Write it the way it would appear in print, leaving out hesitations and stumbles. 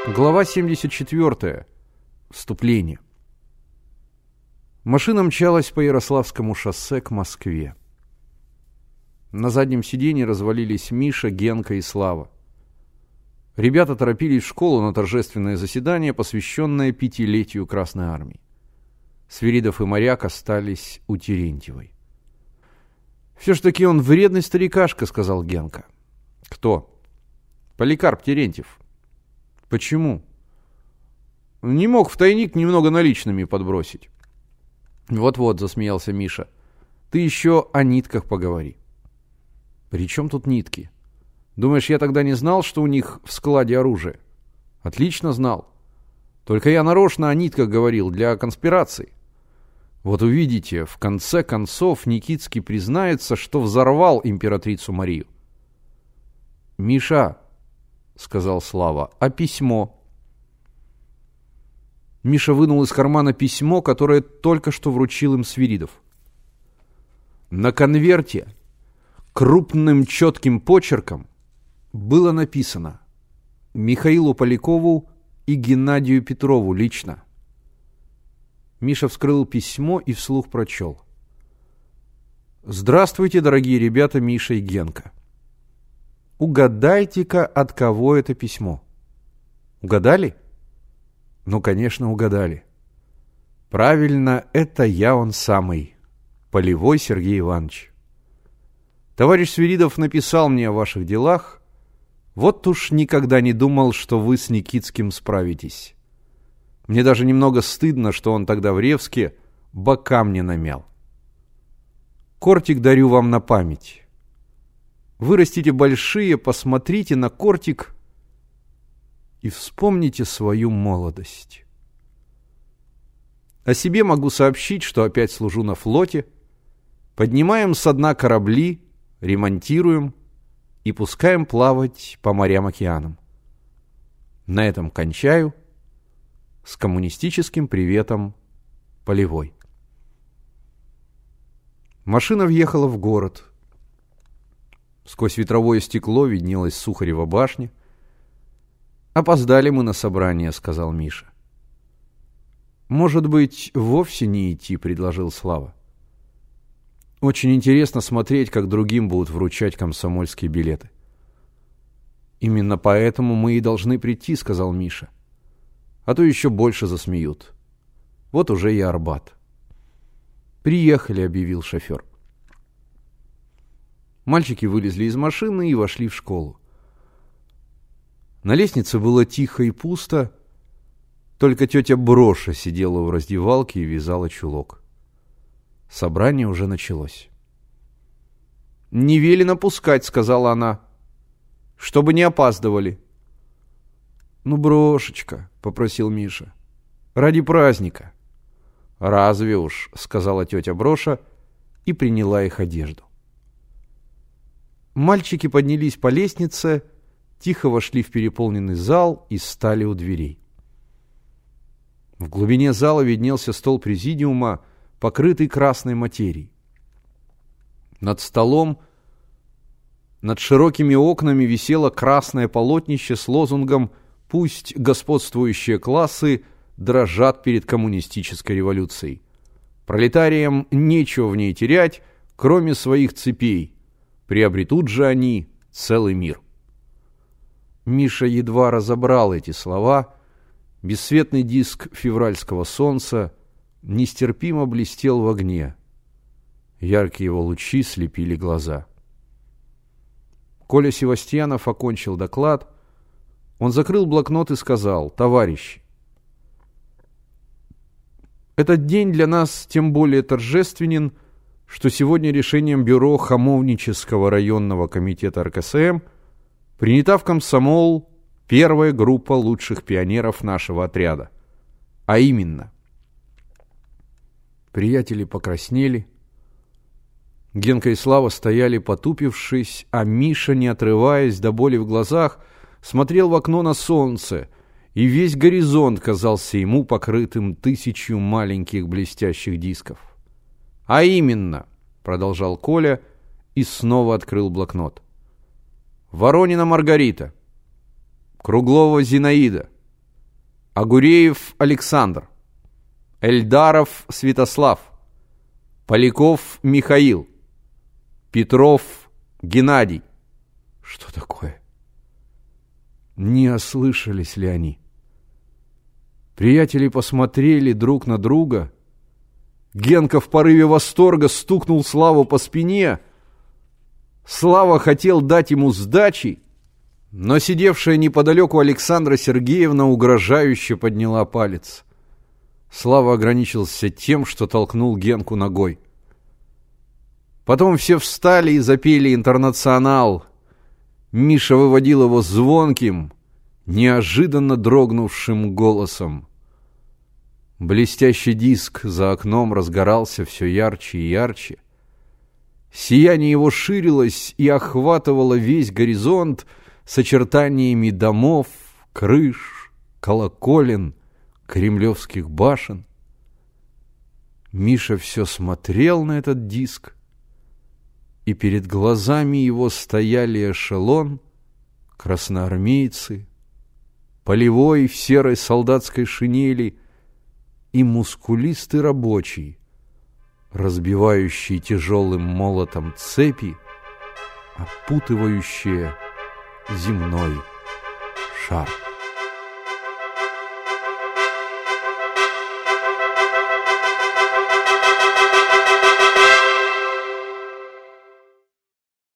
Глава 74. Вступление. Машина мчалась по Ярославскому шоссе к Москве. На заднем сиденье развалились Миша, Генка и Слава. Ребята торопились в школу на торжественное заседание, посвященное 5-летию Красной Армии. Свиридов и Моряк остались у Терентьевой. «Все ж таки он вредный старикашка», — сказал Генка. «Кто?» «Поликарп Терентьев». «Почему?» «Не мог в тайник немного наличными подбросить». «Вот-вот», — засмеялся Миша. «Ты еще о нитках поговори». «При чем тут нитки? Думаешь, я тогда не знал, что у них в складе оружие?» «Отлично знал. Только я нарочно о нитках говорил, для конспирации. Вот увидите, в конце концов Никитский признается, что взорвал императрицу Марию». «Миша», — сказал Слава, — «а письмо?» Миша вынул из кармана письмо, которое только что вручил им Свиридов. На конверте крупным четким почерком было написано: «Михаилу Полякову и Геннадию Петрову лично». Миша вскрыл письмо и вслух прочел: «Здравствуйте, дорогие ребята Миша и Генка. Угадайте-ка, от кого это письмо». Угадали? Ну, конечно, угадали. Правильно, это я, он самый, Полевой Сергей Иванович. Товарищ Свиридов написал мне о ваших делах. Вот уж никогда не думал, что вы с Никитским справитесь. Мне даже немного стыдно, что он тогда в Ревске бока мне намял. Кортик дарю вам на память. Вырастите большие, посмотрите на кортик и вспомните свою молодость. О себе могу сообщить, что опять служу на флоте. Поднимаем со дна корабли, ремонтируем и пускаем плавать по морям-океанам. На этом кончаю. С коммунистическим приветом, Полевой. Машина въехала в город. Сквозь ветровое стекло виднелась Сухарева башня. «Опоздали мы на собрание», — сказал Миша. «Может быть, вовсе не идти», — предложил Слава. «Очень интересно смотреть, как другим будут вручать комсомольские билеты». «Именно поэтому мы и должны прийти», — сказал Миша. «А то еще больше засмеют. Вот уже и Арбат». «Приехали», — объявил шофер. Мальчики вылезли из машины и вошли в школу. На лестнице было тихо и пусто, только тетя Броша сидела у раздевалки и вязала чулок. Собрание уже началось. «Не велено пускать», — сказала она, — «чтобы не опаздывали». «Ну, Брошечка», — попросил Миша, — «ради праздника». «Разве уж», — сказала тетя Броша и приняла их одежду. Мальчики поднялись по лестнице, тихо вошли в переполненный зал и стали у дверей. В глубине зала виднелся стол президиума, покрытый красной материей. Над столом, над широкими окнами висело красное полотнище с лозунгом «Пусть господствующие классы дрожат перед коммунистической революцией. Пролетариям нечего в ней терять, кроме своих цепей. Приобретут же они целый мир». Миша едва разобрал эти слова. Бесцветный диск февральского солнца нестерпимо блестел в огне. Яркие его лучи слепили глаза. Коля Севастьянов окончил доклад. Он закрыл блокнот и сказал: «Товарищи, этот день для нас тем более торжественен, что сегодня решением бюро Хамовнического районного комитета РКСМ принята в комсомол первая группа лучших пионеров нашего отряда. А именно...» Приятели покраснели. Генка и Слава стояли потупившись, а Миша, не отрываясь до боли в глазах, смотрел в окно на солнце, и весь горизонт казался ему покрытым 1000 маленьких блестящих дисков. «А именно», — продолжал Коля и снова открыл блокнот, «Воронина Маргарита, Круглова Зинаида, Агуреев Александр, Эльдаров Святослав, Поляков Михаил, Петров Геннадий. Что такое? Не ослышались ли они? Приятели посмотрели друг на друга. Генка в порыве восторга стукнул Славу по спине. Слава хотел дать ему сдачи, но сидевшая неподалеку Александра Сергеевна угрожающе подняла палец. Слава ограничился тем, что толкнул Генку ногой. Потом все встали и запели «Интернационал». Миша выводил его звонким, неожиданно дрогнувшим голосом. Блестящий диск за окном разгорался все ярче и ярче. Сияние его ширилось и охватывало весь горизонт с очертаниями домов, крыш, колоколен, кремлевских башен. Миша все смотрел на этот диск, и перед глазами его стояли эшелон, красноармейцы, полевой в серой солдатской шинели и мускулистый рабочий, разбивающий тяжелым молотом цепи, опутывающие земной шар.